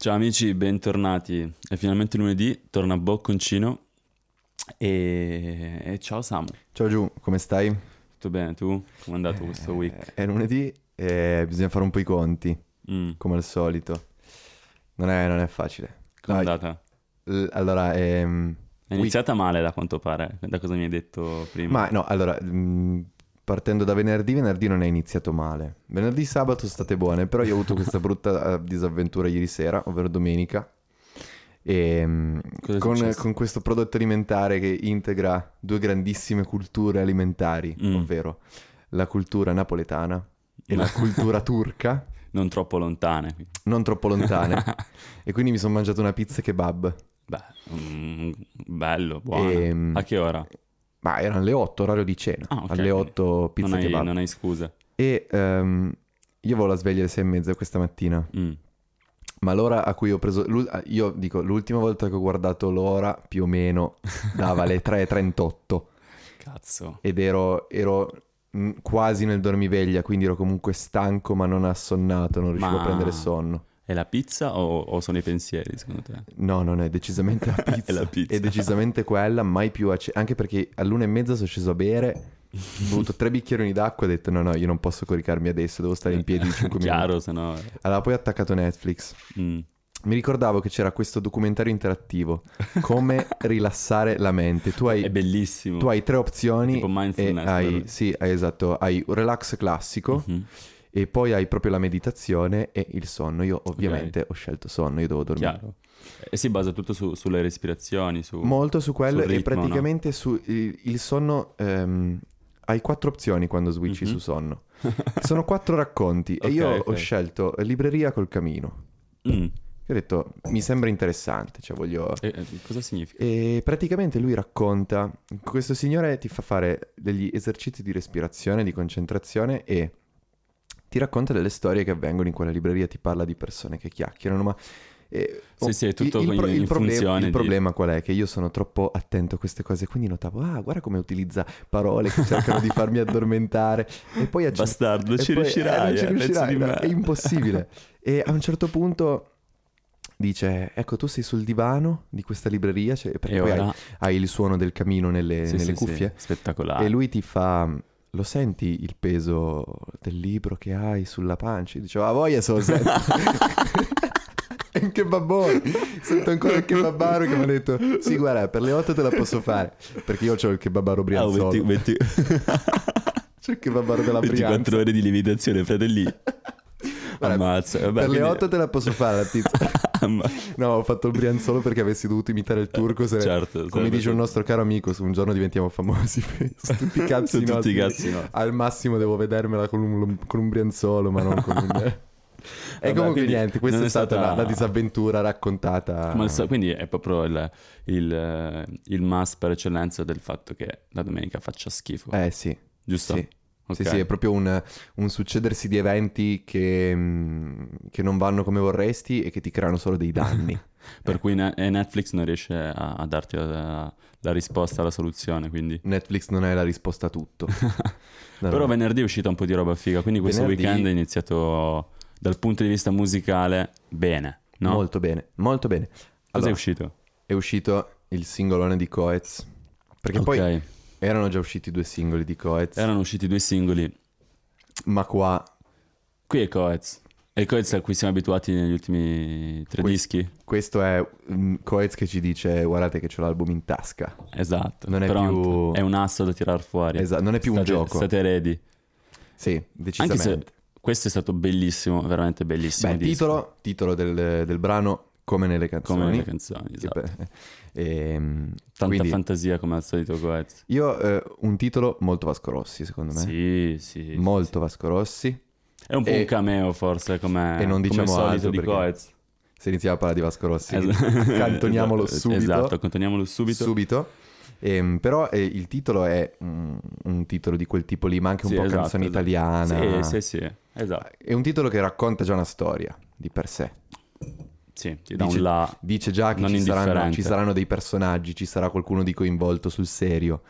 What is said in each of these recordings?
Ciao amici, bentornati. È finalmente lunedì, torna Bocconcino e ciao Samu. Ciao Giù, come stai? Tutto bene, tu? Come è andato questo week? È lunedì e bisogna fare un po' i conti, Mm, come al solito. Non è facile. Com'è No, andata? allora, È iniziata male da quanto pare, da cosa mi hai detto prima. ma no, allora, partendo da venerdì non è iniziato male. Venerdì, sabato sono state buone, però io ho avuto questa brutta disavventura ieri sera, ovvero domenica. E Cosa è successo? con questo prodotto alimentare che integra due grandissime culture alimentari, Mm. ovvero la cultura napoletana e la cultura turca, Non troppo lontane. non troppo lontane. E quindi mi sono mangiato una pizza kebab. Beh, bello, buono. E, A che ora? ma erano le 8, orario di cena. Ah, ok, Alle 8 pizza non hai, kebab. non hai scuse. E io avevo la sveglia alle 6:30 questa mattina. Mm. Ma l'ora a cui ho preso... io dico, l'ultima volta che ho guardato l'ora, più o meno, dava le 3:38. Cazzo. Ed ero quasi nel dormiveglia, quindi ero comunque stanco ma non assonnato, non riuscivo a prendere sonno. È la pizza o sono i pensieri, secondo te? No, non è decisamente la pizza. È la pizza. È decisamente quella, mai più anche perché all'1:30 sono sceso a bere, ho bevuto 3 bicchieroni d'acqua e ho detto no, io non posso coricarmi adesso, devo stare in piedi 5 minuti. Chiaro, se no... Allora poi ho attaccato Netflix. Mi ricordavo che c'era questo documentario interattivo, come rilassare la mente. È bellissimo. Tu hai 3 opzioni Tipo mindfulness, e hai, quello. sì, esatto, hai un relax classico Mhm. e poi hai proprio la meditazione e il sonno. Io ovviamente ho scelto sonno, io devo dormire. Chiaro. E si basa tutto sulle respirazioni, Molto su quello sul e ritmo, praticamente su il sonno hai 4 opzioni quando switchi Mhm. su sonno. Sono 4 racconti e Ok, io ok. ho scelto Libreria col camino. no? Che ho detto, mi sembra interessante, cioè voglio... Cosa significa? E praticamente lui racconta, questo signore ti fa fare degli esercizi di respirazione, di concentrazione e ti racconta delle storie che avvengono in quella libreria, ti parla di persone che chiacchierano, ma... Sì, è tutto in il funzione di... problema qual è? Che io sono troppo attento a queste cose, quindi notavo, guarda come utilizza parole che cercano di farmi addormentare e poi... Bastardo, non e ci poi- riuscirai, non ci pezzo riuscirai, di no, merda. è impossibile. E a un certo punto... Dice, ecco tu sei sul divano di questa libreria, perché E poi ora... hai il suono del camino nelle Sì, sì, cuffie sì, spettacolare. e lui ti fa, lo senti il peso del libro che hai sulla pancia? E dicevo, voglia se lo sento. È un kebabone. Sento ancora il kebabaro che mi ha detto, sì guarda, per le 8 te la posso fare, perché io ho il kebabaro Brianzolo. 20 C'è il kebabaro della 24 Brianza. ore di lievitazione, fratelli. Guarda, Ammazza. Vabbè, per le quindi- 8 te la posso fare la pizza. No, ho fatto il Brianzolo perché avessi dovuto imitare il turco. Certo, Come sarebbe dice un stato- nostro caro amico, se un giorno diventiamo famosi, su tutti i cazzi Su tutti i nostri, cazzi nostri. al massimo devo vedermela con un Brianzolo, ma non con un... E Vabbè, comunque quindi niente, questa non è è stata stata- la disavventura raccontata. Quindi è proprio il must per eccellenza del fatto che la domenica faccia schifo. Sì. Giusto? Sì. Ok. Sì, è proprio un succedersi di eventi che non vanno come vorresti e che ti creano solo dei danni. Per cui Netflix non riesce a darti la risposta alla soluzione, quindi... Netflix non è la risposta a tutto. No, Però no. venerdì è uscita un po' di roba figa, quindi questo Venerdì- weekend è iniziato dal punto di vista musicale bene, no? Molto bene, molto bene. Cosa Allora, è uscito? è uscito il singolone di Coez. Perché Ok, poi erano già usciti 2 singoli di Coez. erano usciti 2 singoli. Ma qua Qui è Coez. È il Coez a cui siamo abituati negli ultimi 3 dischi? questo è Coez che ci dice guardate che c'ho l'album in tasca. Esatto. Non è Pronto. più- È un asso da tirar fuori. Esatto, non è più un gioco. State ready. Sì, Anche decisamente. se questo è stato bellissimo, veramente bellissimo. Beh, disco. titolo del brano come nelle canzoni. Come nelle canzoni, Che esatto. Tanta quindi fantasia come al solito Coez. io un titolo molto Vasco Rossi secondo me. Sì, sì. Molto Vasco Rossi. È un po' E- un cameo forse come, e non come diciamo il solito altro di perché- Coez. Se iniziamo a parlare di Vasco Rossi, Esatto. cantoniamolo subito. Esatto, cantoniamolo subito. Subito. Però il titolo è un titolo di quel tipo lì, ma anche un Sì, po' esatto, canzone esatto. italiana. Sì, esatto. È un titolo che racconta già una storia di per sé. Sì, ti dà Dice, un là. dice già che non indifferente. ci saranno dei personaggi, ci sarà qualcuno di coinvolto sul serio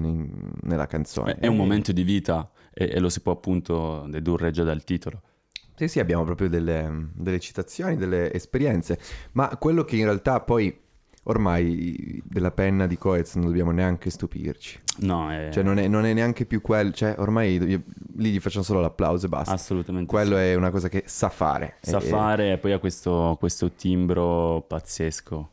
nella canzone. È un momento di vita e lo si può appunto dedurre già dal titolo. Sì, abbiamo proprio delle citazioni, delle esperienze, ma quello che in realtà poi ormai della penna di Coez non dobbiamo neanche stupirci. No, Cioè non è neanche più quello, cioè ormai lì gli facciamo solo l'applauso e basta. assolutamente Quello sì. è una cosa che sa fare. Sa fare e poi ha questo timbro pazzesco.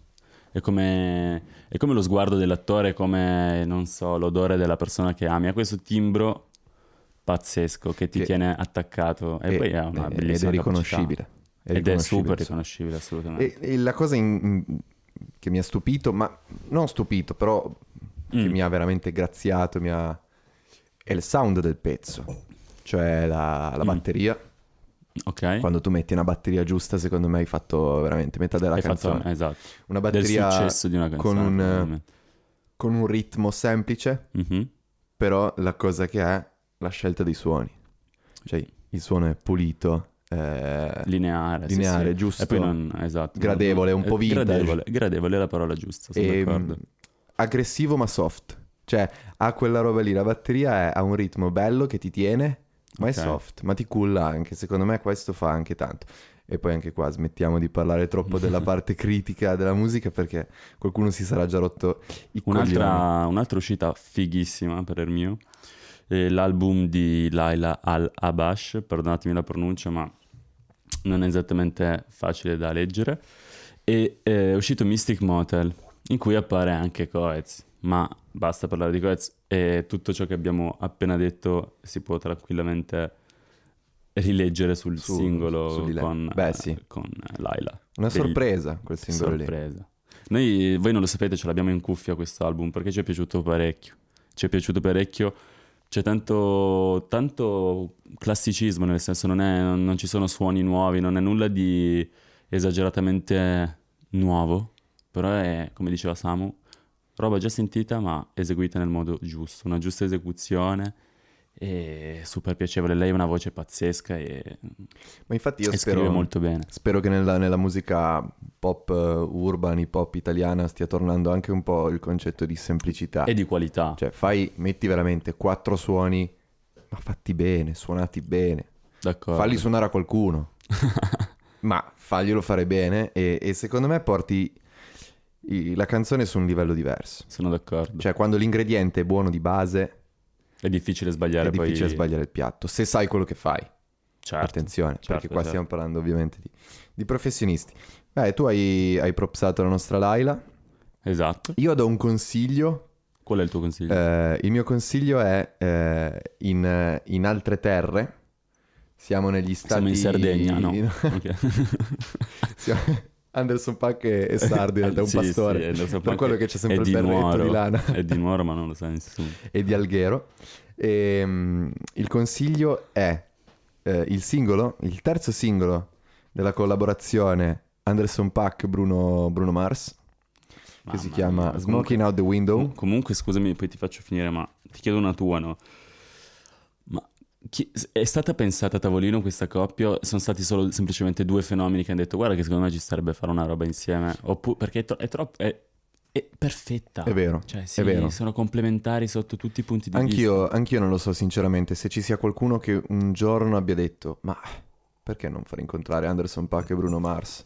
È come lo sguardo dell'attore, è come, non so, l'odore della persona che ami. Ha questo timbro pazzesco che ti Che- tiene attaccato e poi ha una bellissima ed è capacità. riconoscibile. Ed è super sì. riconoscibile, assolutamente. E la cosa che mi ha stupito, ma non stupito, però che mi ha veramente graziato, è il sound del pezzo. Cioè la batteria. Ok? Quando tu metti una batteria giusta, secondo me hai fatto veramente metà della Hai canzone. fatto, esatto, Una del batteria successo di una con canzone. Probabilmente. con un ritmo semplice, Mhm. però la cosa che è la scelta dei suoni. Cioè il suono è pulito, Lineare, sì, lineare, sì. giusto, E poi non, esatto, gradevole, un po' vintage. Gradevole è la parola giusta, sono e d'accordo. aggressivo ma soft. Cioè ha quella roba lì, la batteria ha un ritmo bello che ti tiene, ma Ok. è soft, ma ti culla anche. Secondo me questo fa anche tanto. E poi anche qua smettiamo di parlare troppo della parte critica della musica perché qualcuno si sarà già rotto i coglioni. Un'altra uscita fighissima per il mio è l'album di Laila Al-Abash, perdonatemi la pronuncia ma non è esattamente facile da leggere, e è uscito Mystic Motel in cui appare anche Coez, ma basta parlare di Coez e tutto ciò che abbiamo appena detto si può tranquillamente rileggere sul Su singolo di lei. con, Beh, sì. con Laila. Una Belli- sorpresa quel singolo lì. sorpresa. Voi non lo sapete, ce l'abbiamo in cuffia questo album perché ci è piaciuto parecchio. Ci è piaciuto parecchio. C'è tanto classicismo, nel senso non ci sono suoni nuovi, non è nulla di esageratamente nuovo, però è, come diceva Samu, roba già sentita ma eseguita nel modo giusto, una giusta esecuzione e super piacevole. Lei ha una voce pazzesca e Ma infatti io scrive molto bene. spero che nella musica pop urban, hip hop italiana stia tornando anche un po' il concetto di semplicità. E di qualità. Cioè metti veramente 4 suoni, ma fatti bene, suonati bene. D'accordo. Falli suonare a qualcuno, ma faglielo fare bene e secondo me porti la canzone su un livello diverso. Sono d'accordo. Cioè quando l'ingrediente è buono di base È difficile sbagliare è difficile poi. sbagliare il piatto, se sai quello che fai. Certo. Attenzione, certo, perché qua certo. stiamo parlando ovviamente di professionisti. Beh, tu hai propsato la nostra Laila. Esatto. Io do un consiglio. Qual è il tuo consiglio? Il mio consiglio è in altre terre. Siamo negli stati... Siamo in Sardegna, no? Ok. Anderson Paak e sardo, in realtà è un Sì, pastore. sì, Anderson per Paak quello che c'è sempre è il di berretto Nuoro, di lana. È di Nuoro, ma non lo sa nessuno. E di Alghero. Il consiglio è il singolo, il terzo singolo della collaborazione Anderson Paak Bruno Mars, che si Mamma chiama mia, Smoking Out the Window. Comunque, scusami, poi ti faccio finire, ma ti chiedo una tua, no? Ma è stata pensata a tavolino questa coppia? O sono stati solo semplicemente due fenomeni che hanno detto guarda che secondo me ci starebbe fare una roba insieme? Oppure perché è troppo... È perfetta. È vero, Cioè, è vero. sono complementari sotto tutti i punti di vista. Anch'io non lo so sinceramente se ci sia qualcuno che un giorno abbia detto ma perché non far incontrare Anderson Paak e Bruno Mars?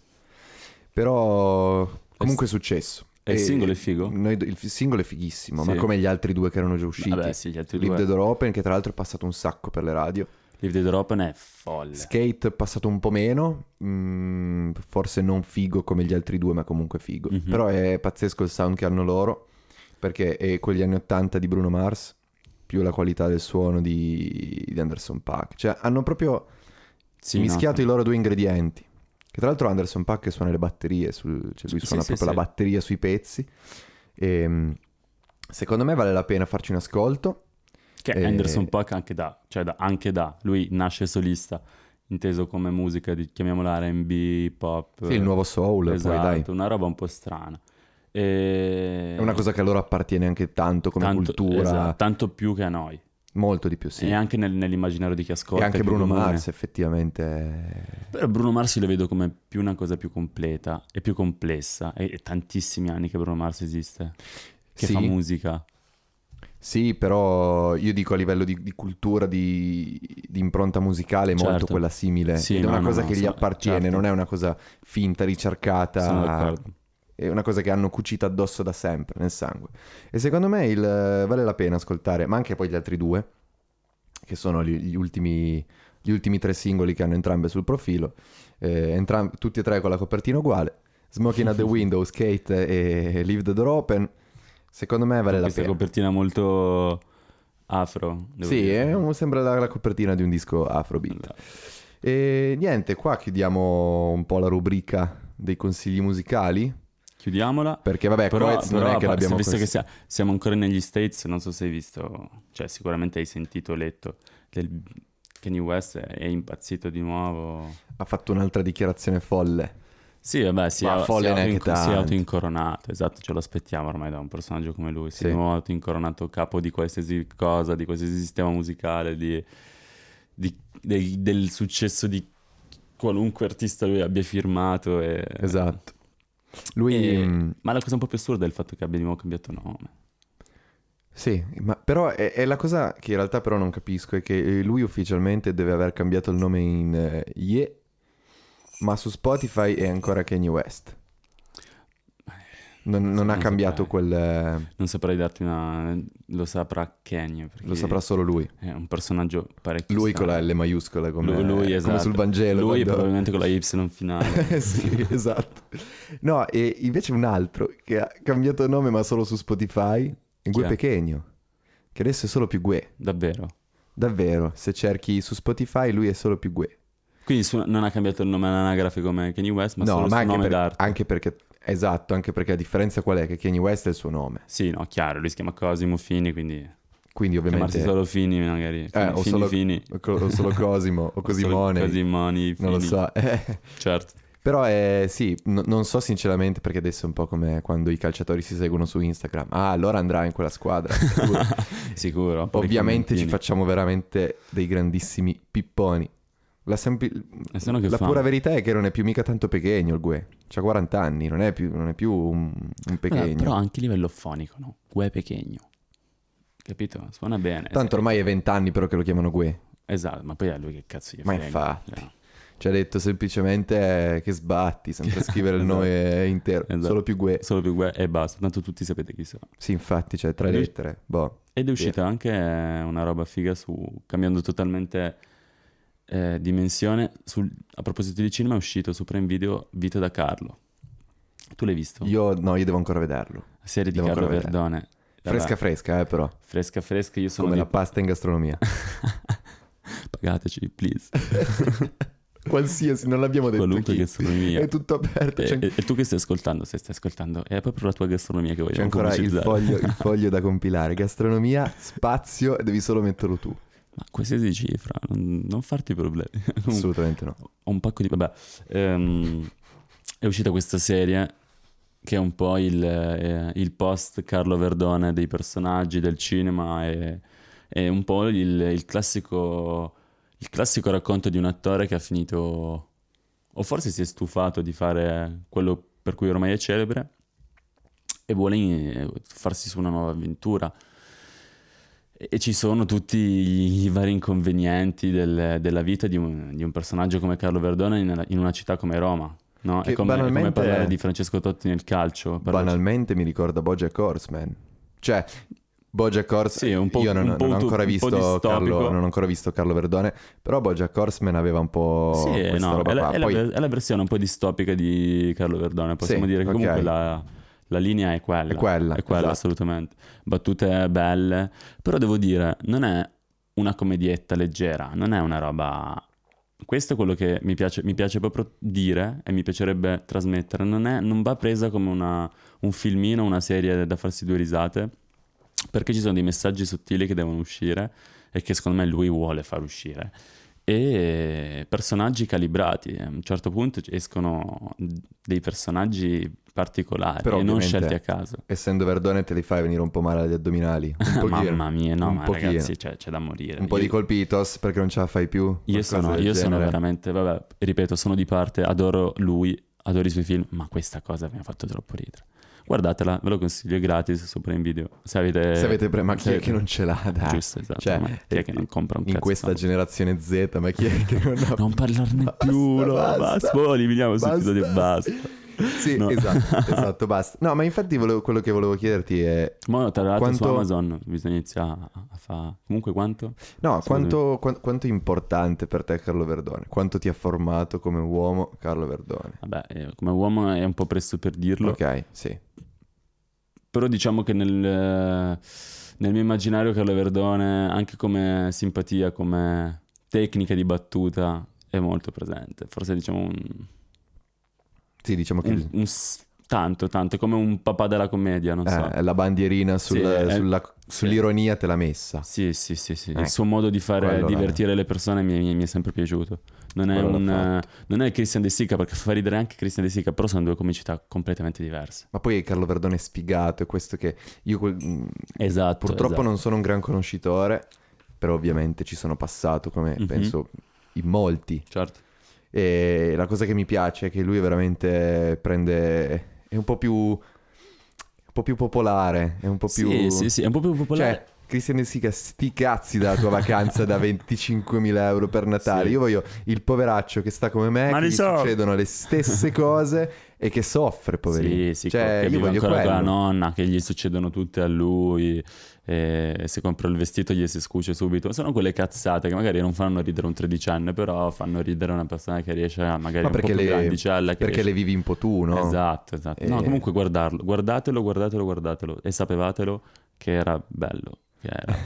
Però comunque è successo. E il singolo è figo? Il singolo è fighissimo, Sì. ma come gli altri due che erano già usciti. Vabbè, sì, gli altri Live due. the Door Open, che tra l'altro è passato un sacco per le radio. Live the Door Open è folle. Skate è passato un po' meno, forse non figo come gli altri due, ma comunque figo. Mhm. Però è pazzesco il sound che hanno loro, perché è quegli anni 80 di Bruno Mars, più la qualità del suono di Anderson Paak. Cioè hanno proprio Sì, mischiato no, i loro due ingredienti. Che tra l'altro Anderson Paak suona le batterie, cioè lui Sì, suona sì, proprio sì. la batteria sui pezzi. E, secondo me vale la pena farci un ascolto. Che Anderson Paak anche da. Lui nasce solista, inteso come musica di, chiamiamola R&B, pop. Sì, il nuovo soul, esatto, poi dai. una roba un po' strana. E... È una cosa che a loro appartiene anche tanto come cultura, esatto, tanto più che a noi. molto di più, sì. E anche nell'immaginario di chi E ascolta. anche più Bruno comune. Mars effettivamente. Però Bruno Mars io lo vedo come più una cosa più completa e più complessa. È tantissimi anni che Bruno Mars esiste, che Sì. fa musica. Sì, però io dico a livello di cultura, di impronta musicale è molto Certo. quella simile. Sì, Ed è no, una no, cosa no, che gli appartiene, certo. non è una cosa finta, Sono ricercata. d'accordo. È una cosa che hanno cucito addosso da sempre, nel sangue. E secondo me vale la pena ascoltare, ma anche poi gli altri due, che sono gli ultimi 3 singoli che hanno entrambe sul profilo, tutti e 3 con la copertina uguale, Smoking at the Window, Skate e Leave the Door Open. Secondo me vale Con la questa pena. copertina molto afro, devo Sì, dire. sembra la copertina di un disco Afrobeat. Esatto. E niente, qua chiudiamo un po' la rubrica dei consigli musicali. Chiudiamola. Perché vabbè, Coez non è che l'abbiamo visto che così. siamo ancora negli States, non so se hai visto, cioè sicuramente hai sentito o letto del Kanye West è impazzito di nuovo. Ha fatto un'altra dichiarazione folle. Sì, vabbè, Ma folle neanche si è tanto. autoincoronato, esatto, ce lo aspettiamo ormai da un personaggio come lui, si Sì. è di nuovo autoincoronato capo di qualsiasi cosa, di qualsiasi sistema musicale, del successo di qualunque artista lui abbia firmato. Esatto. Lui... Ma la cosa un po' più assurda è il fatto che abbia di nuovo cambiato nome. Sì, ma però è la cosa che in realtà però non capisco, è che lui ufficialmente deve aver cambiato il nome in Ye, ma su Spotify è ancora Kanye West. Non ha cambiato quel... Non saprei darti una... Lo saprà Kanye, perché Lo saprà solo lui. è un personaggio parecchio Lui con la strano. L maiuscola come, Lui, esatto. come sul Vangelo. Lui quando- probabilmente con la Y finale. Sì, esatto. No, e invece un altro che ha cambiato nome ma solo su Spotify è Gue Chi è? Pequeno, che adesso è solo più Gue. Davvero. Davvero, se cerchi su Spotify lui è solo più Gue. Quindi non ha cambiato il nome all'anagrafe come Kanye West, ma solo il suo nome d'arte. anche perché, esatto, anche perché la differenza qual è? Che Kanye West è il suo nome. Sì, no, chiaro, lui si chiama Cosimo Fini, quindi Quindi ovviamente... chiamarsi solo Fini magari. o, Fini, solo, Fini. o solo Cosimo o Cosimone. Cosimoni, Fini. Non lo so. Certo. Però sì, non so sinceramente perché adesso è un po' come quando i calciatori si seguono su Instagram. Ah, allora andrà in quella squadra. Sicuro. Sicuro. un po' di Ovviamente ci commentini. facciamo veramente dei grandissimi pipponi. La, E se no che la fa? pura verità è che non è più mica tanto pechegno il Gue. C'ha 40 anni, non è più un pechegno. Però anche a livello fonico, no? Gue Pechegno. Capito? Suona bene. Tanto ormai è 20 anni però che lo chiamano Gue. Esatto, ma poi a lui che cazzo gli Ma frega. infatti. Cioè, Ci ha detto semplicemente che sbatti, senza scrivere il Esatto. nome intero. Esatto. Solo più Gue. Solo più Gue e basta, tanto tutti sapete chi sono. Sì, infatti, c'è 3 Ed è- lettere. Boh. Ed è uscita anche una roba figa cambiando totalmente dimensione. A proposito di cinema è uscito su Prime Video Vita da Carlo. Tu l'hai visto? Io devo ancora vederlo. La serie di devo Carlo ancora vedere. Verdone. Fresca fresca, però. Fresca fresca, io sono Come di... la pasta in gastronomia. Pagateci, please. Qualsiasi, non l'abbiamo detto Qualunque chi. gastronomia. È tutto aperto. E tu che stai ascoltando, se stai ascoltando, è proprio la tua gastronomia che C'è vogliamo ancora il pubblicizzare. foglio da compilare. Gastronomia, spazio, devi solo metterlo tu. Ma qualsiasi cifra, non farti problemi. Comunque, Assolutamente no. ho un pacco di... Vabbè, è uscita questa serie che è un po' il post Carlo Verdone dei personaggi del cinema e è un po' il classico racconto di un attore che ha finito o forse si è stufato di fare quello per cui ormai è celebre e vuole farsi su una nuova avventura. E ci sono tutti i vari inconvenienti della vita di un personaggio come Carlo Verdone in una città come Roma, no? Che È come banalmente- parlare di Francesco Totti nel calcio. Banalmente mi ricorda BoJack Horseman. Cioè, BoJack Horseman... Sì, un po'- Io non un po' ho ancora un po' visto distopico. Carlo, non ho ancora visto Carlo Verdone, però BoJack Horseman aveva un po' Sì, questa no, roba qua. è Poi, la versione un po' distopica di Carlo Verdone. Possiamo Sì, dire che ok. comunque la linea è quella. È quella, esatto. assolutamente. Battute belle. Però devo dire, non è una commedietta leggera, non è una roba... Questo è quello che mi piace proprio dire e mi piacerebbe trasmettere. Non va presa come un filmino, una serie da farsi due risate, perché ci sono dei messaggi sottili che devono uscire e che secondo me lui vuole far uscire. E personaggi calibrati. A un certo punto escono dei personaggi particolari Però e non ovviamente, scelti a caso. essendo Verdone te li fai venire un po' male agli addominali. Un pochino. Mamma mia, no, Un ma pochino. ragazzi, c'è da morire. Un po' di colpitos perché non ce la fai più. Io sono veramente, vabbè, ripeto, sono di parte, adoro lui, adoro i suoi film, ma questa cosa mi ha fatto troppo ridere. Guardatela, ve lo consiglio, è gratis su Prime Video. Se avete ma chi è che non ce l'ha, dai? Giusto, esatto. Cioè, ma chi è che non compra un in cazzo? questa generazione Z, ma chi è che non ha... Non parlarne più, no, basta. Poi eliminiamo questo episodio e basta. Sì, No. esatto, basta. No, ma infatti quello che volevo chiederti è... Ma tra l'altro Quanto- su Amazon bisogna iniziare a fare... Comunque quanto? No, Scusami. quanto è importante per te Carlo Verdone? Quanto ti ha formato come uomo Carlo Verdone? Vabbè, come uomo è un po' presto per dirlo. Ok, sì. Però diciamo che nel mio immaginario Carlo Verdone, anche come simpatia, come tecnica di battuta, è molto presente. Forse diciamo Sì, diciamo che tanto, è come un papà della commedia, non so. la bandierina Sì, sì. sull'ironia te l'ha messa. Sì. Il Ecco, suo modo di fare quello divertire le persone mi è sempre piaciuto. Non è, Quello l'ha non è Christian De Sica, perché fa ridere anche Christian De Sica, però sono due comicità completamente diverse. Ma poi Carlo Verdone è sfigato, è questo che io Esatto. purtroppo non sono un gran conoscitore, però ovviamente ci sono passato come Mhm. penso in molti. Certo. E la cosa che mi piace è che lui veramente è un po' più popolare, è un po' più... Sì, è un po' più popolare. Cioè, Christian De Sica, sti cazzi dalla tua vacanza da 25.000 euro per Natale. Sì. Io voglio il poveraccio che sta come me, Ma che ne gli so. succedono le stesse cose e che soffre, poverino. Sì, Cioè, che io vive voglio ancora con la quello. nonna, che gli succedono tutte a lui, e se compra il vestito gli si scuce subito. Sono quelle cazzate che magari non fanno ridere un tredicenne, però fanno ridere una persona che riesce a magari Ma un po' perché più grandicella. Che perché riesce... le vivi un po' tu, no? Esatto. No, E- comunque guardatelo e sapevatelo che era bello. Che era...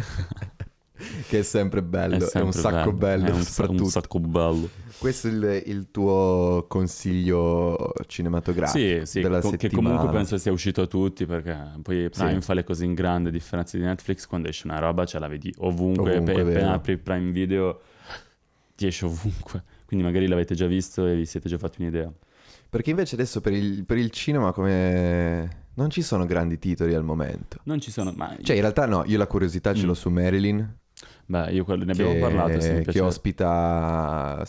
Che è sempre bello, è, un sempre sacco bello, è un soprattutto. sacco bello. Questo è il tuo consiglio cinematografico Sì, della che settimana. comunque penso sia uscito a tutti, perché poi Prime Sì. fa le cose in grande, a differenza di Netflix. Quando esce una roba ce la vedi ovunque, Ovunque, appena vero. apri Prime Video ti esce ovunque, quindi magari l'avete già visto e vi siete già fatti un'idea. Perché invece adesso per il cinema come... non ci sono grandi titoli al momento. Non ci sono, ma Cioè in realtà no, io la curiosità ce l'ho su Marilyn, beh, io ne abbiamo parlato, se mi che piace. ospita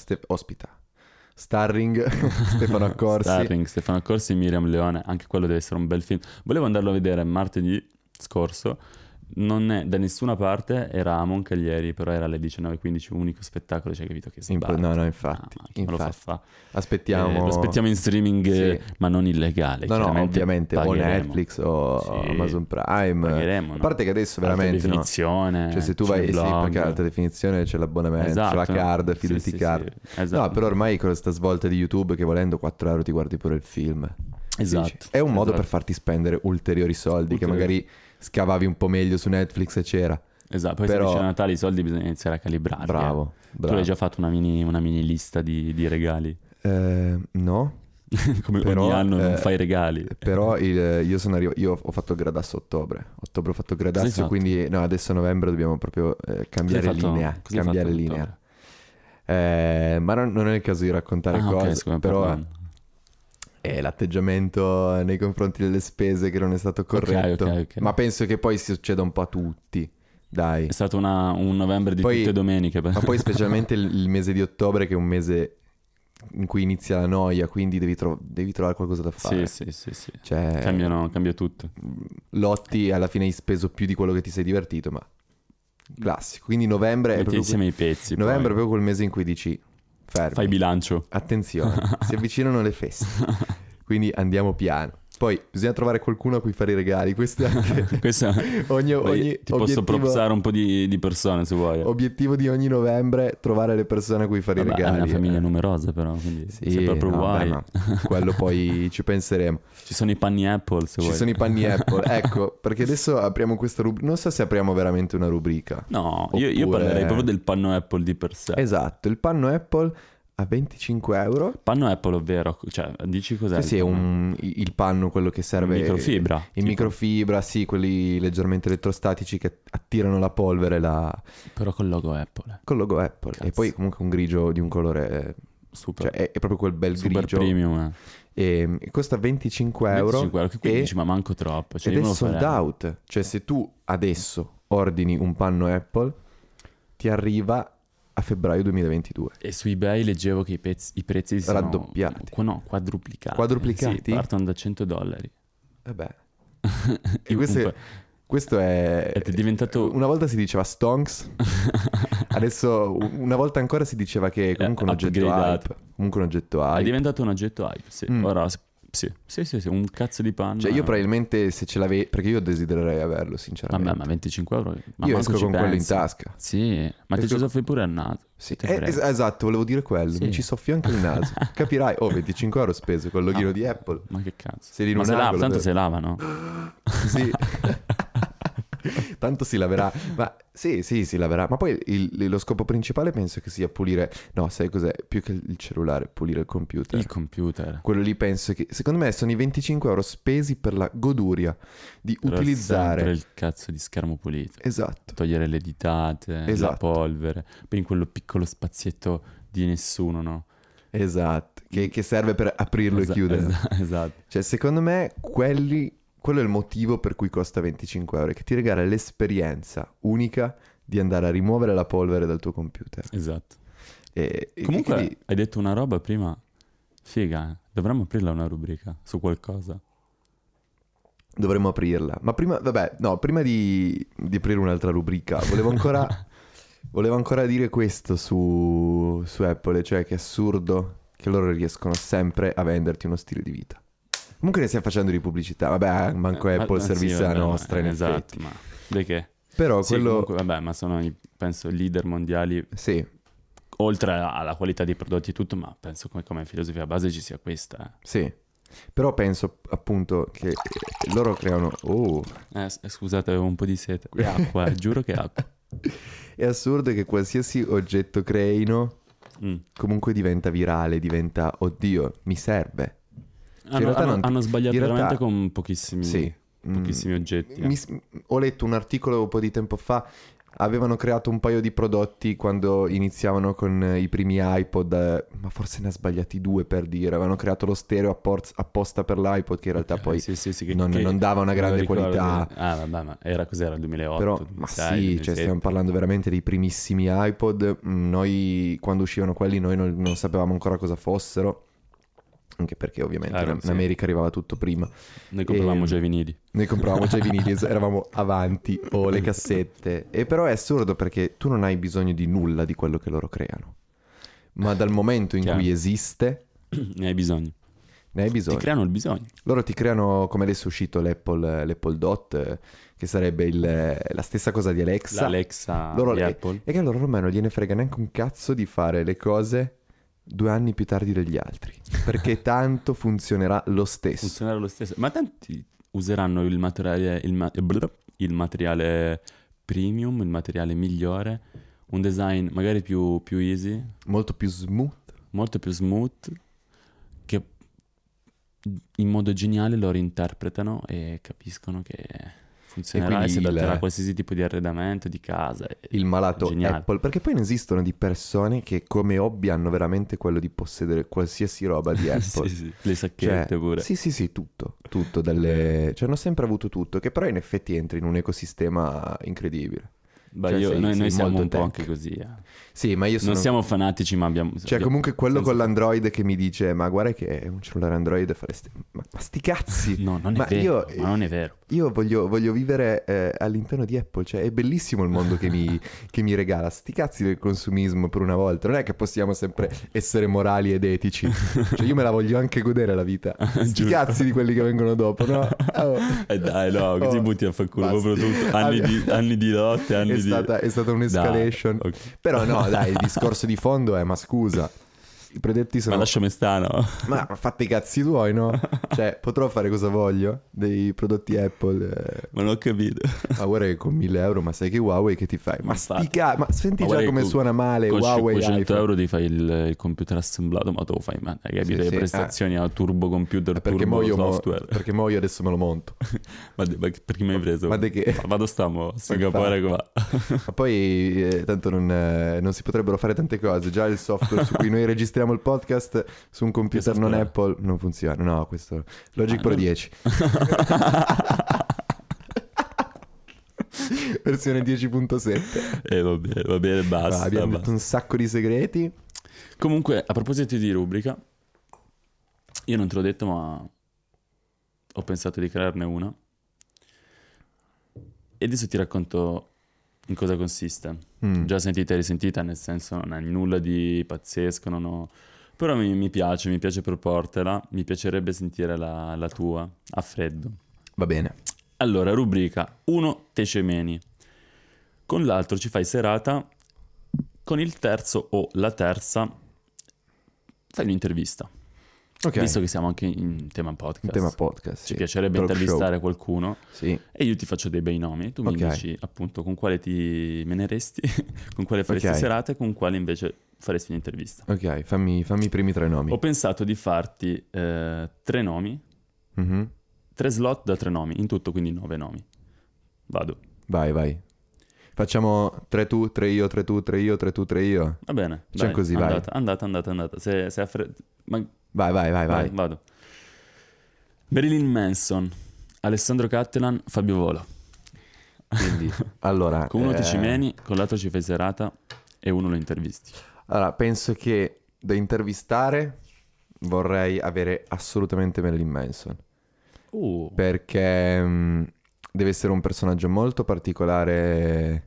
starring Stefano Accorsi. Starring Stefano Accorsi e Miriam Leone, anche quello deve essere un bel film. Volevo andarlo a vedere martedì scorso, non è da nessuna parte, era a Moncaglieri, però era alle 19:15, unico spettacolo, cioè capito che sbatte. No, infatti, Ma chi me lo fa fa? Aspettiamo. Lo aspettiamo in streaming, Sì. ma non illegale. No, chiaramente ovviamente, o pagheremo. Netflix o Sì, Amazon Prime. pagheremo, A no? parte che adesso Alta veramente, no? definizione, Cioè se tu vai, sì, Cineblog. perché alta definizione c'è l'abbonamento, c'è la Esatto. card, Sì, fidati sì, card. sì, esatto. No, però ormai con questa svolta di YouTube che volendo 4 euro ti guardi pure il film. Esatto. Dici, è un modo esatto. per farti spendere ulteriori soldi che magari scavavi un po' meglio su Netflix e c'era. Esatto, poi Però- se dice Natale i soldi bisogna iniziare a calibrarli. Bravo, Tu bravo. hai già fatto una mini lista di regali? No, Come Però, ogni anno non fai regali. però io sono arrivato, io ho fatto il gradasso a ottobre ho fatto il Cosa hai gradasso, fatto? quindi no, adesso a novembre dobbiamo proprio cambiare Cosa hai fatto? linea, Cosa hai cambiare fatto a linea. ottobre? Ma non è il caso di raccontare Ah, cose, ok, scusa, però pardon. è l'atteggiamento nei confronti delle spese che non è stato corretto. ok. Ma penso che poi si succeda un po' a tutti, dai. È stato un novembre di Poi- tutte domeniche. Ma poi specialmente il mese di ottobre che è un mese in cui inizia la noia, quindi devi trovare qualcosa da fare. Sì. Cioè, Cambia tutto. lotti, alla fine hai speso più di quello che ti sei divertito, ma classico. Quindi novembre è Metti proprio, insieme i pezzi. novembre è poi. proprio quel mese in cui dici fermi, Fai bilancio. attenzione, si avvicinano le feste, quindi andiamo piano. Poi bisogna trovare qualcuno a cui fare i regali. Questo è anche Questo ogni ti posso propsare un po' di persone se vuoi. obiettivo di ogni novembre, trovare le persone a cui fare Vabbè, i è regali. una famiglia numerosa però, quindi Sì, sei proprio no, guai. beh, ma quello poi ci penseremo. Ci sono i panni Apple se Ci vuoi. sono i panni Apple. Ecco, perché adesso apriamo questa rubrica. Non so se apriamo veramente una rubrica. No, io Oppure- parlerei proprio del panno Apple di per sé. Esatto, il panno Apple a 25 euro. Panno Apple, ovvero, cioè, dici cos'è? Sì, è il panno, quello che serve. In microfibra, In tipo. microfibra, sì, quelli leggermente elettrostatici che attirano la polvere Però col logo Apple. col logo Apple. Cazzo. E poi comunque un grigio di un colore. Super, Cioè, è proprio quel bel super grigio. premium. E costa 25 euro. 25 euro, che qui e- dici, ma manco troppo. Cioè, ed io è me lo sold farei. out. Cioè, se tu adesso ordini un panno Apple, ti arriva a febbraio 2022. E su eBay leggevo che i prezzi sono Raddoppiati. No, quadruplicati. Quadruplicati? Sì, partono da $100. Vabbè. Io Questo è diventato... Una volta si diceva stonks, adesso una volta ancora si diceva che comunque un oggetto hype. Comunque un oggetto hype. È diventato un oggetto hype, sì. Ora sì, un cazzo di panna. Cioè io probabilmente se ce l'avevi, perché io desidererei averlo sinceramente. Vabbè, ma 25 euro. Ma io esco con quello in tasca. Sì, ma ti ci soffi pure al naso. Sì. Esatto, volevo dire quello. Sì. Mi ci soffio anche il naso. Capirai, 25 euro speso con il loghino di Apple. Ma che cazzo? Se in ma un se angolo, tanto se lavano. Sì. Tanto si laverà. Ma sì, si laverà. Ma poi lo scopo principale penso che sia pulire. No, sai cos'è? Più che il cellulare, pulire il computer. Il computer. Quello lì penso che, secondo me, sono i 25 euro spesi per la goduria di utilizzare il cazzo di schermo pulito. Esatto. Togliere le ditate, la polvere. Per in quello piccolo spazietto di nessuno, no? Esatto. Che serve per aprirlo e chiuderlo. Esatto. Cioè, secondo me, quello è il motivo per cui costa 25 euro, che ti regala l'esperienza unica di andare a rimuovere la polvere dal tuo computer. Esatto. Comunque quindi... hai detto una roba prima, figa, dovremmo aprirla una rubrica su qualcosa. Dovremmo aprirla. Ma prima, prima di aprire un'altra rubrica, volevo ancora dire questo su Apple, cioè che è assurdo che loro riescono sempre a venderti uno stile di vita. Comunque ne stiamo facendo di pubblicità. Vabbè, manco Apple servizia la nostra, in effetti. Ma di che? Però sì, quello... comunque, vabbè, ma sono, penso, leader mondiali. Sì. Oltre alla qualità dei prodotti e tutto, ma penso come filosofia base ci sia questa. Sì. Però penso, appunto, che loro creano... Scusate, avevo un po' di sete. È acqua, giuro che è acqua. È assurdo che qualsiasi oggetto creino comunque diventa virale, diventa... Oddio, mi serve. Hanno sbagliato veramente con pochissimi oggetti. Ho letto un articolo un po' di tempo fa, avevano creato un paio di prodotti quando iniziavano con i primi iPod, ma forse ne ha sbagliati 2 per dire, avevano creato lo stereo apposta per l'iPod che in realtà poi non dava una grande qualità. Vabbè, ma cos'era il 2008? Però, 2006, ma sì, 2007. cioè stiamo parlando veramente dei primissimi iPod, noi quando uscivano quelli noi non sapevamo ancora cosa fossero. Anche perché ovviamente in America arrivava tutto prima. Noi compravamo già i vinili. Eravamo avanti o le cassette. E però è assurdo perché tu non hai bisogno di nulla di quello che loro creano. Ma dal momento in cui esiste... Ne hai bisogno. Ti creano il bisogno. Loro ti creano, come adesso è uscito l'Apple Dot, che sarebbe la stessa cosa di Alexa. L'Alexa di Apple. E che allora ormai non gliene frega neanche un cazzo di fare le cose 2 anni più tardi degli altri, perché tanto funzionerà lo stesso. Ma tanti useranno il materiale premium, il materiale migliore, un design magari più easy, molto più smooth, che in modo geniale lo reinterpretano e capiscono che funzionerà e si adatterà a qualsiasi tipo di arredamento di casa. Il malato Apple, perché poi ne esistono di persone che come hobby hanno veramente quello di possedere qualsiasi roba di Apple. sì, le sacchette pure. Sì, tutto cioè hanno sempre avuto tutto, che però in effetti entra in un ecosistema incredibile. Noi siamo un po' anche così. Sì, ma io non siamo fanatici, ma abbiamo... Cioè comunque quello con l'Android che mi dice ma guarda che un cellulare Android faresti... Ma sti cazzi! No, non è vero. Ma non è vero. Io voglio vivere all'interno di Apple, cioè è bellissimo il mondo che mi regala. Sti cazzi del consumismo per una volta. Non è che possiamo sempre essere morali ed etici. Cioè io me la voglio anche godere la vita. Sti cazzi di quelli che vengono dopo, no? Dai, no, così butti a far culo proprio tutto. Anni di lotte, anni è stata un'escalation. Dai, okay. Però no, dai, il discorso di fondo è, ma scusa, i prodotti sono... Ma lasciami stare, no? Ma fate i cazzi tuoi, no? Cioè, potrò fare cosa voglio dei prodotti Apple. Ma non ho capito. Ma guarda che con 1.000 euro, ma sai che Huawei che ti fai? Ma senti già come suona male con Huawei 500 euro ti fai il computer assemblato, ma tu lo fai, man. Hai capito? Le prestazioni a turbo computer, turbo software. Perché mo io adesso me lo monto. ma perché mi hai preso? Ma che? Vado stiamo a Singapore qua. Ma poi tanto non si potrebbero fare tante cose. Già il software su cui noi registriamo il podcast su un computer non Apple non funziona. No, questo Logic Pro 10. Versione 10.7. Va bene, basta. Abbiamo detto un sacco di segreti. Comunque, a proposito di rubrica, io non te l'ho detto, ma ho pensato di crearne una. E adesso ti racconto in cosa consiste. Già sentita e risentita, nel senso non è nulla di pazzesco, non ho... Però mi piace proportela, mi piacerebbe sentire la tua a freddo. Va bene. Allora, rubrica 1 te cemeni. Con l'altro ci fai serata, con il terzo o la terza fai un'intervista. Ok. Visto che siamo anche in tema podcast. In tema podcast, Ci sì. piacerebbe Talk intervistare show. qualcuno. Sì. E io ti faccio dei bei nomi. Tu mi Ok. dici appunto con quale ti meneresti, con quale faresti Ok. serata e con quale invece faresti un'intervista. Ok, fammi i primi 3 nomi. Ho pensato di farti 3 nomi, Mhm. 3 slot da 3 nomi, in tutto quindi 9 nomi. Vado. Vai. Facciamo 3 tu, 3 io, 3 tu, 3 io, 3 tu, 3 io. Va bene. Facciamo Dai, così, vai. andata. Se ma... Vai. Vado. Marilyn Manson, Alessandro Cattelan, Fabio Volo. Quindi, allora... Con uno ti cimeni, con l'altro ci fai serata e uno lo intervisti. Allora, penso che da intervistare vorrei avere assolutamente Marilyn Manson. Perché deve essere un personaggio molto particolare.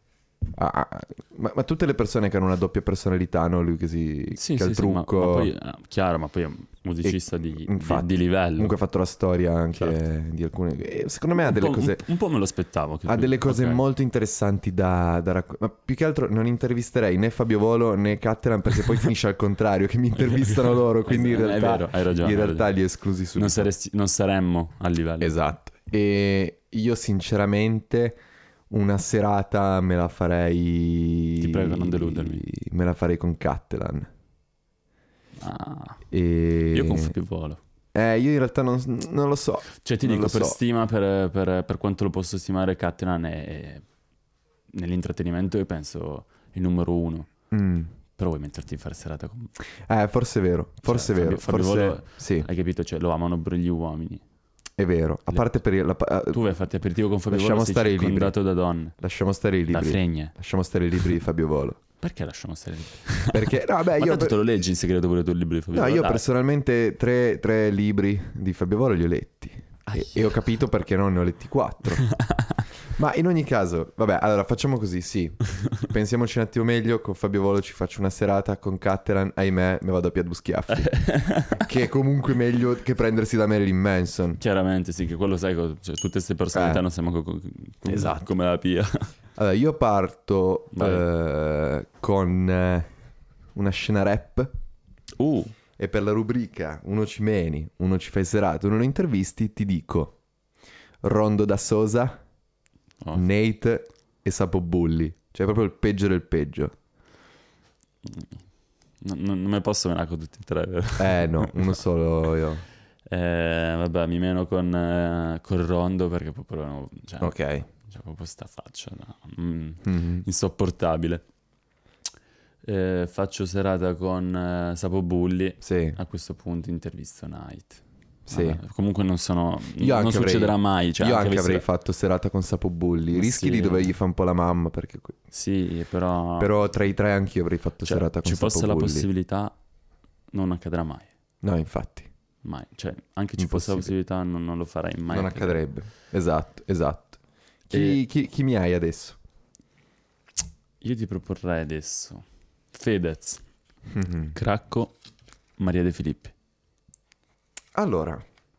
Ma tutte le persone che hanno una doppia personalità, no? Lui che ha il trucco. Ma poi, chiaro, ma poi è un musicista infatti, di livello. Comunque ha fatto la storia anche Certo. di alcune. Secondo me ha delle cose. Un po' me lo aspettavo. Ha delle cose Ok. molto interessanti da raccontare. Ma più che altro non intervisterei né Fabio Volo né Cattelan, perché poi finisce al contrario, che mi intervistano loro. Quindi in È realtà, vero, hai ragione. in realtà li ho esclusi subito. Non saremmo a livello. Esatto. E io sinceramente una serata me la farei... Ti prego, non deludermi. Me la farei con Cattelan. Ah, E... io con Fabio Volo. Io in realtà non lo so. Cioè ti Non dico, lo per so. stima, per quanto lo posso stimare, Cattelan è nell'intrattenimento io penso il numero 1. Però vuoi metterti in fare serata con... Forse è vero. Forse Cioè, è vero. Fabio Forse... Volo, Sì, hai capito? Cioè lo amano per gli uomini. è vero. A parte per... Tu vai a farti aperitivo con Fabio Lasciamo Volo, sei stare i libri. circondato da donne. Lasciamo stare i Da libri. fregne. Lasciamo stare i libri di Fabio Volo. Perché lasciamo stare lì? Perché... No, beh, Ma io... tanto te lo leggi in segreto pure tu il libro di Fabio No, Volo. io Dai. personalmente tre libri di Fabio Volo li ho letti. E ho capito perché non ne ho letti 4. Ma in ogni caso, vabbè, allora facciamo così, sì. Pensiamoci un attimo meglio, con Fabio Volo ci faccio una serata, con Cattelan, ahimè, me vado a più schiaffi. Che è comunque meglio che prendersi da Marilyn Manson. Chiaramente sì, che quello sai, cioè, tutte queste personalità non siamo Esatto. come la Pia. Allora, io parto Vai. con una scena rap. Uh, E per la rubrica uno ci meni, uno ci fai serata, uno lo intervisti, ti dico Rondo da Sosa, oh. Nate e Sapo Bulli. Cioè proprio il peggio del peggio. Non me posso menare con tutti e tre, vero? No, uno solo io. Vabbè, mi meno con Rondo perché proprio, cioè, Ok. c'è proprio sta faccia, no? Mhm. Insopportabile. Faccio serata con Sapo Bulli. Sì, A questo punto intervisto Night. sì. Vabbè, comunque non sono... Io non anche succederà mai. Cioè, io anche avessi- avrei fatto serata con Sapo Bulli. Ma Rischi sì. di dovergli fare un po' la mamma perché... Sì, però... Però tra i tre anch'io avrei fatto cioè, serata con ci Sapo fosse la Bulli. possibilità, non accadrà mai. No, infatti. Mai. Cioè, anche ci fosse la possibilità, non lo farei mai. Non accadrebbe. Esatto. Chi mi hai adesso? Io ti proporrei adesso Fedez, Mhm. Cracco, Maria De Filippi. Allora,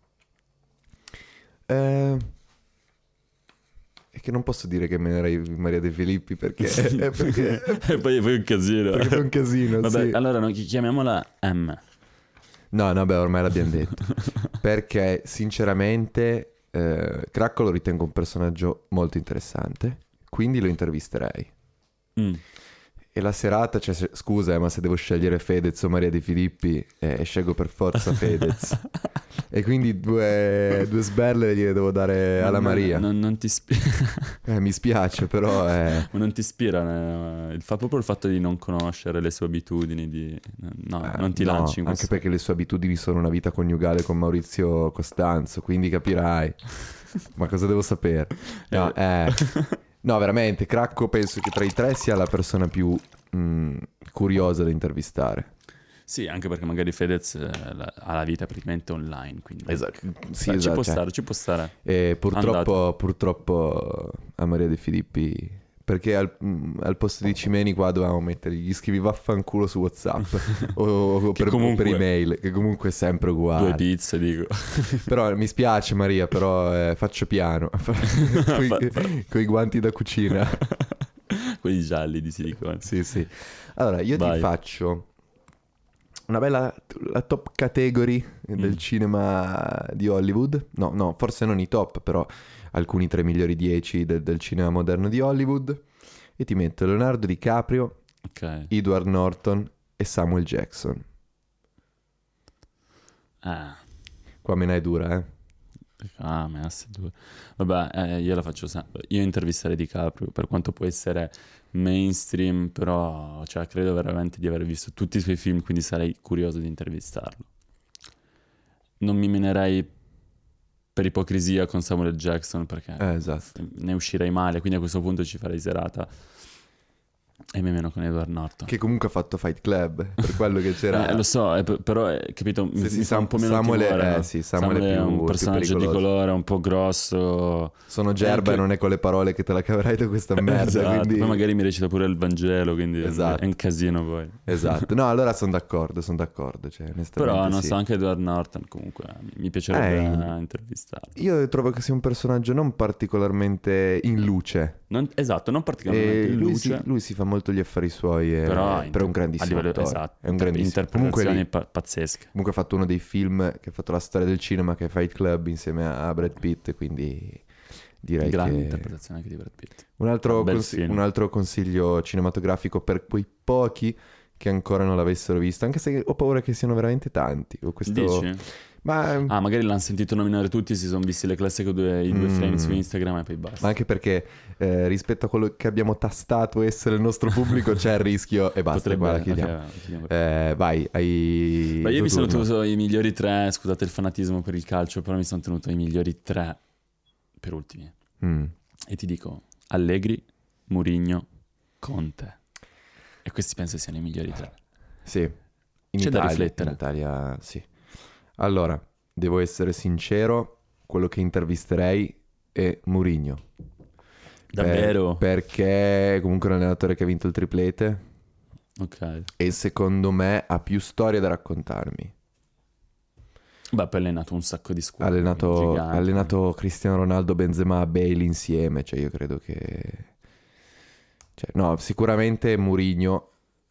è che non posso dire che me ne eri Maria De Filippi perché E poi è un casino. perché è un casino. Vabbè, sì. allora chiamiamola M. No, beh, ormai l'abbiamo detto. Perché sinceramente Cracco lo ritengo un personaggio molto interessante, quindi lo intervisterei. Mm. E la serata, cioè, scusa, ma se devo scegliere Fedez o Maria De Filippi, scelgo per forza Fedez. E quindi due sberle gliele devo dare alla Maria. Non ti ispira. Mi spiace, però Non ti ispira proprio il fatto di non conoscere le sue abitudini. Non ti no, lanci in anche questo. perché le sue abitudini sono una vita coniugale con Maurizio Costanzo, quindi capirai. Ma cosa devo sapere? No, no, veramente, Cracco penso che tra i tre sia la persona più curiosa da intervistare. Sì, anche perché magari Fedez ha la vita praticamente online, quindi Esatto, sì, ci esatto, può cioè. stare, ci può stare. E purtroppo a Maria De Filippi, perché al posto di Cimeni qua dovevamo mettere gli scrivi vaffanculo su WhatsApp o Che per comunque- email, che comunque è sempre Due uguale. pizze, dico. Però mi spiace Maria, però faccio piano, con i guanti da cucina. Quelli gialli di silicone. Sì, sì. Allora, io Vai. ti faccio una bella la top category del cinema di Hollywood. No, forse non i top, però alcuni tra i migliori 10 del cinema moderno di Hollywood. E ti metto Leonardo DiCaprio, Ok. Edward Norton e Samuel Jackson. Ah, Qua me ne è dura, eh. Messi due. Vabbè, io la faccio sempre. Io intervisterei DiCaprio, per quanto può essere mainstream, però cioè, credo veramente di aver visto tutti i suoi film, quindi sarei curioso di intervistarlo. Non mi menerei per ipocrisia con Samuel Jackson perché Esatto. ne uscirei male, quindi a questo punto ci farei serata. E me meno con Edward Norton. Che comunque ha fatto Fight Club, per quello che c'era... Lo so, però capito, mi fa un po' meno Samuel timore, no? sì, Samuel è Samuel è più un personaggio di pericoloso. colore, un po' grosso. Sono Gerba e non è con le parole che te la caverai da questa merda, Esatto, quindi... poi magari mi recita pure il Vangelo, quindi Esatto. è un casino poi. Esatto, no, allora sono d'accordo, cioè, onestamente Però non sì. so, anche Edward Norton comunque mi piacerebbe intervistarlo. Io trovo che sia un personaggio non particolarmente in luce. Esatto, non particolarmente E in luce, lui si fa molto gli affari suoi, però è un grandissimo a livello, attore. esatto, È un grandissimo. interpretazioni Comunque, pazzesche. comunque ha fatto uno dei film che ha fatto la storia del cinema, che è Fight Club, insieme a Brad Pitt, quindi direi Grande che... interpretazione anche di Brad Pitt. Un Film. altro consiglio cinematografico per quei pochi che ancora non l'avessero visto, anche se ho paura che siano veramente tanti. Dici? Ma Magari l'hanno sentito nominare tutti, si sono visti le classiche i due frame su Instagram e poi basta. Ma anche perché rispetto a quello che abbiamo tastato essere il nostro pubblico c'è il rischio e basta, Potrebbe- qua la chiudiamo. ok, chiudiamo. Vai, hai... Beh, io tuo mi sono turno. tenuto i migliori tre, scusate il fanatismo per il calcio, però mi sono tenuto i migliori tre per ultimi. Mm. E ti dico, Allegri, Mourinho, Conte. E questi penso siano i migliori tre. Sì, in C'è da Italia, riflettere. in Italia sì. Allora, devo essere sincero, quello che intervisterei è Mourinho. Davvero? Perché comunque è un allenatore che ha vinto il triplete Ok. e secondo me ha più storie da raccontarmi. Beh, poi ha allenato un sacco di Ha squadre. allenato, giganti. Cristiano Ronaldo, Benzema, Bale insieme, cioè io credo che... Cioè, no, sicuramente Mourinho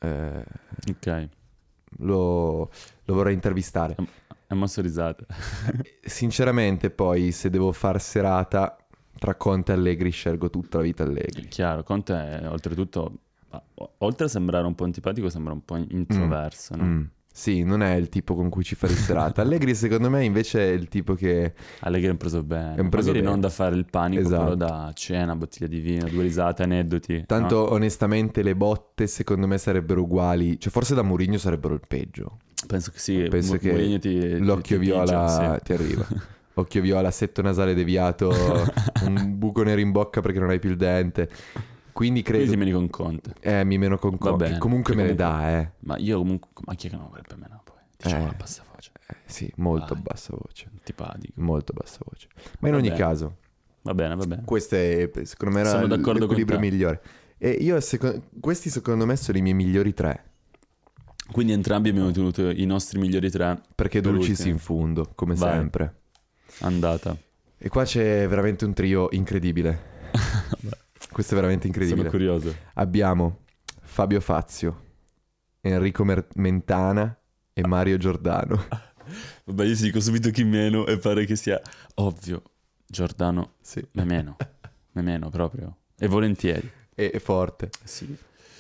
Ok. lo vorrei intervistare. È mosso risate. Sinceramente poi se devo far serata tra Conte e Allegri scelgo tutta la vita Allegri. Chiaro, Conte oltretutto, oltre a sembrare un po' antipatico, sembra un po' introverso, no? Sì, non è il tipo con cui ci farei serata. Allegri secondo me invece è il tipo che... Allegri è un preso bene. È un preso Magari bene. non da fare il panico, Esatto. però da cena, bottiglia di vino, due risate, aneddoti. Tanto no? onestamente le botte secondo me sarebbero uguali. Cioè forse da Mourinho sarebbero il peggio. Penso che sì. Penso che Mourinho l'occhio ti viola sì. ti arriva. Occhio viola, assetto nasale deviato, un buco nero in bocca perché non hai più il dente. Quindi credo... Quindi ti meni con Conte. Mi meno con Va Conte. bene, Comunque che me ne dà, Ma io comunque... Ma chi è che non vorrebbe meno poi? Diciamo a bassa voce. Sì, molto Vai. bassa voce. Antipatico. Molto bassa voce. Ma in Va ogni bene. caso, Va bene, va bene. questo è, secondo me era Sono d'accordo con l'equilibrio te. migliore. E io, questi secondo me sono i miei migliori tre. Quindi entrambi abbiamo tenuto i nostri migliori tre. Perché per Dulcis ultimi. in fondo, come Vai. sempre. Andata. E qua c'è veramente un trio incredibile. Questo è veramente incredibile. Sono curioso. Abbiamo Fabio Fazio, Enrico Mentana e Mario Giordano. Vabbè, io ti dico subito chi meno e pare che sia ovvio. Giordano, Sì. me meno proprio. E volentieri. È forte. Sì.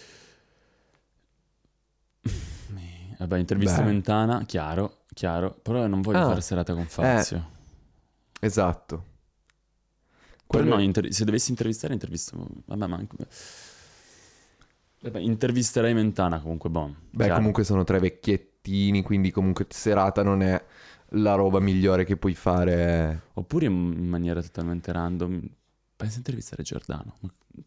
Vabbè, intervista Beh. Mentana, chiaro. Però non voglio fare serata con Fazio. Esatto. Però Quello- no, se dovessi intervisto... Vabbè, ma... Vabbè, intervisterei Mentana comunque, Beh, chiaro. comunque sono tre vecchiettini, quindi comunque serata non è la roba migliore che puoi fare. Oppure in maniera totalmente random, penso a intervistare Giordano.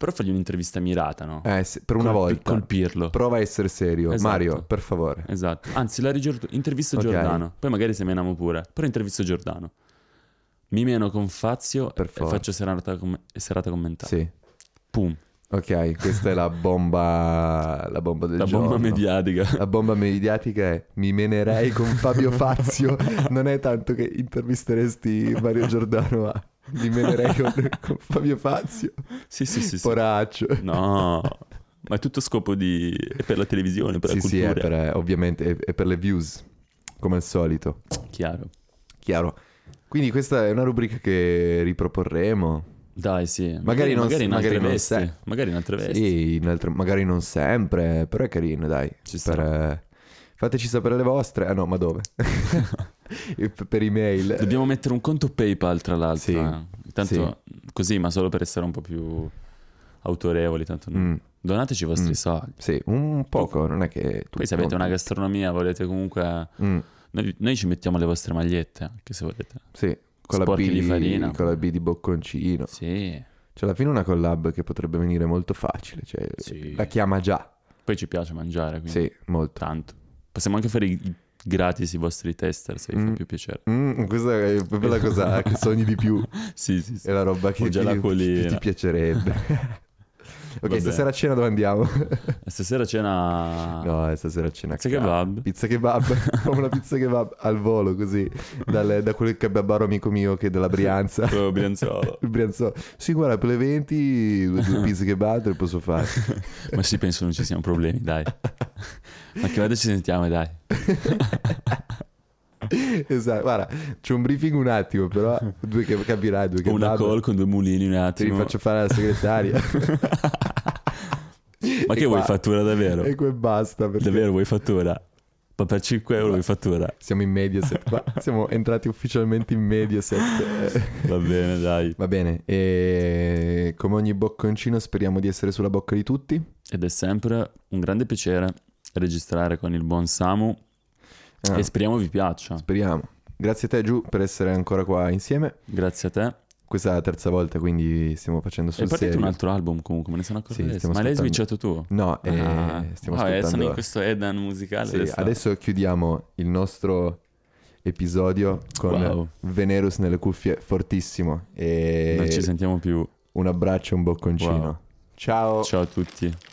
Però fagli un'intervista mirata, no? Per una volta. Colpirlo. Prova a essere serio. Esatto. Mario, per favore. Esatto. Anzi, intervisto Ok. Giordano. Poi magari se menamo pure. Però intervisto Giordano. Mi meno con Fazio Per e forza. faccio serata commentata. Sì. Pum. Ok, questa è la bomba del La giorno. bomba mediatica. La bomba mediatica è mi menerei con Fabio Fazio. Non è tanto che intervisteresti Mario Giordano, ma mi menerei con Fabio Fazio. Sì. Poraccio. No. Ma è tutto scopo è per la televisione, per la Sì, cultura. ovviamente è per le views, come al solito. Chiaro. Quindi questa è una rubrica che riproporremo. Dai, sì. Magari non- in magari altre non vesti. sei. Magari in altre vesti. Sì, magari non sempre, però è carino, dai. Ci sta. Fateci sapere le vostre. Ah no, ma dove? Per email. Dobbiamo mettere un conto PayPal, tra l'altro. Sì. Intanto così, ma solo per essere un po' più autorevoli. Tanto Mm, donateci i vostri soldi. sì, un poco, non è che... Poi se avete una gastronomia, volete comunque... Mm, Noi ci mettiamo le vostre magliette, anche se volete. sì, con la, Sporchi B, di farina. con la B di bocconcino. Sì. Cioè alla fine una collab che potrebbe venire molto facile. Cioè, Sì. la chiama già. Poi ci piace mangiare, quindi Sì, molto. tanto. Possiamo anche fare gratis i vostri tester, se vi fa più piacere. Questa è proprio la cosa che sogni di più. Sì. È la roba che O già la più colina. ti piacerebbe. Ok, Vabbè. stasera a cena dove andiamo? Stasera cena... No, stasera a cena a Pizza casa. kebab. Pizza kebab. Famo una pizza kebab al volo così. Da quel kebabaro amico mio che è della Brianza. Quello Brianzolo. Il Brianzolo. Sì, guarda, per le 20 due pizze kebab te le posso fare. Ma sì, penso non ci siano problemi, dai. Ma che vada ci sentiamo, dai. Esatto, guarda, c'è un briefing un attimo, però capirai, due Ho una kebab. call con 2 mulini un Ti attimo. rifaccio fare alla segretaria. Ma E che vuoi qua- fattura davvero? E poi basta. Perché Davvero vuoi fattura? Ma per 5 euro vuoi fattura? siamo in Mediaset qua. Siamo entrati ufficialmente in Mediaset. Va bene, dai. Va bene, e come ogni bocconcino speriamo di essere sulla bocca di tutti. Ed è sempre un grande piacere registrare con il buon Samu. Ah, E speriamo vi piaccia. speriamo. Grazie a te Giù per essere ancora qua insieme. Grazie a te. Questa è la terza volta, quindi stiamo facendo È sul partito serio. un altro album comunque, me ne sono accorto Sì, adesso. stiamo Ma l'hai ascoltando. switchato tu? No, stiamo Vabbè, sono ascoltando. in questo Edan musicale. Sì, adesso chiudiamo il nostro episodio con Wow. Venerus nelle cuffie fortissimo. E Non ci sentiamo più. un abbraccio e un bocconcino. Wow. Ciao. Ciao a tutti.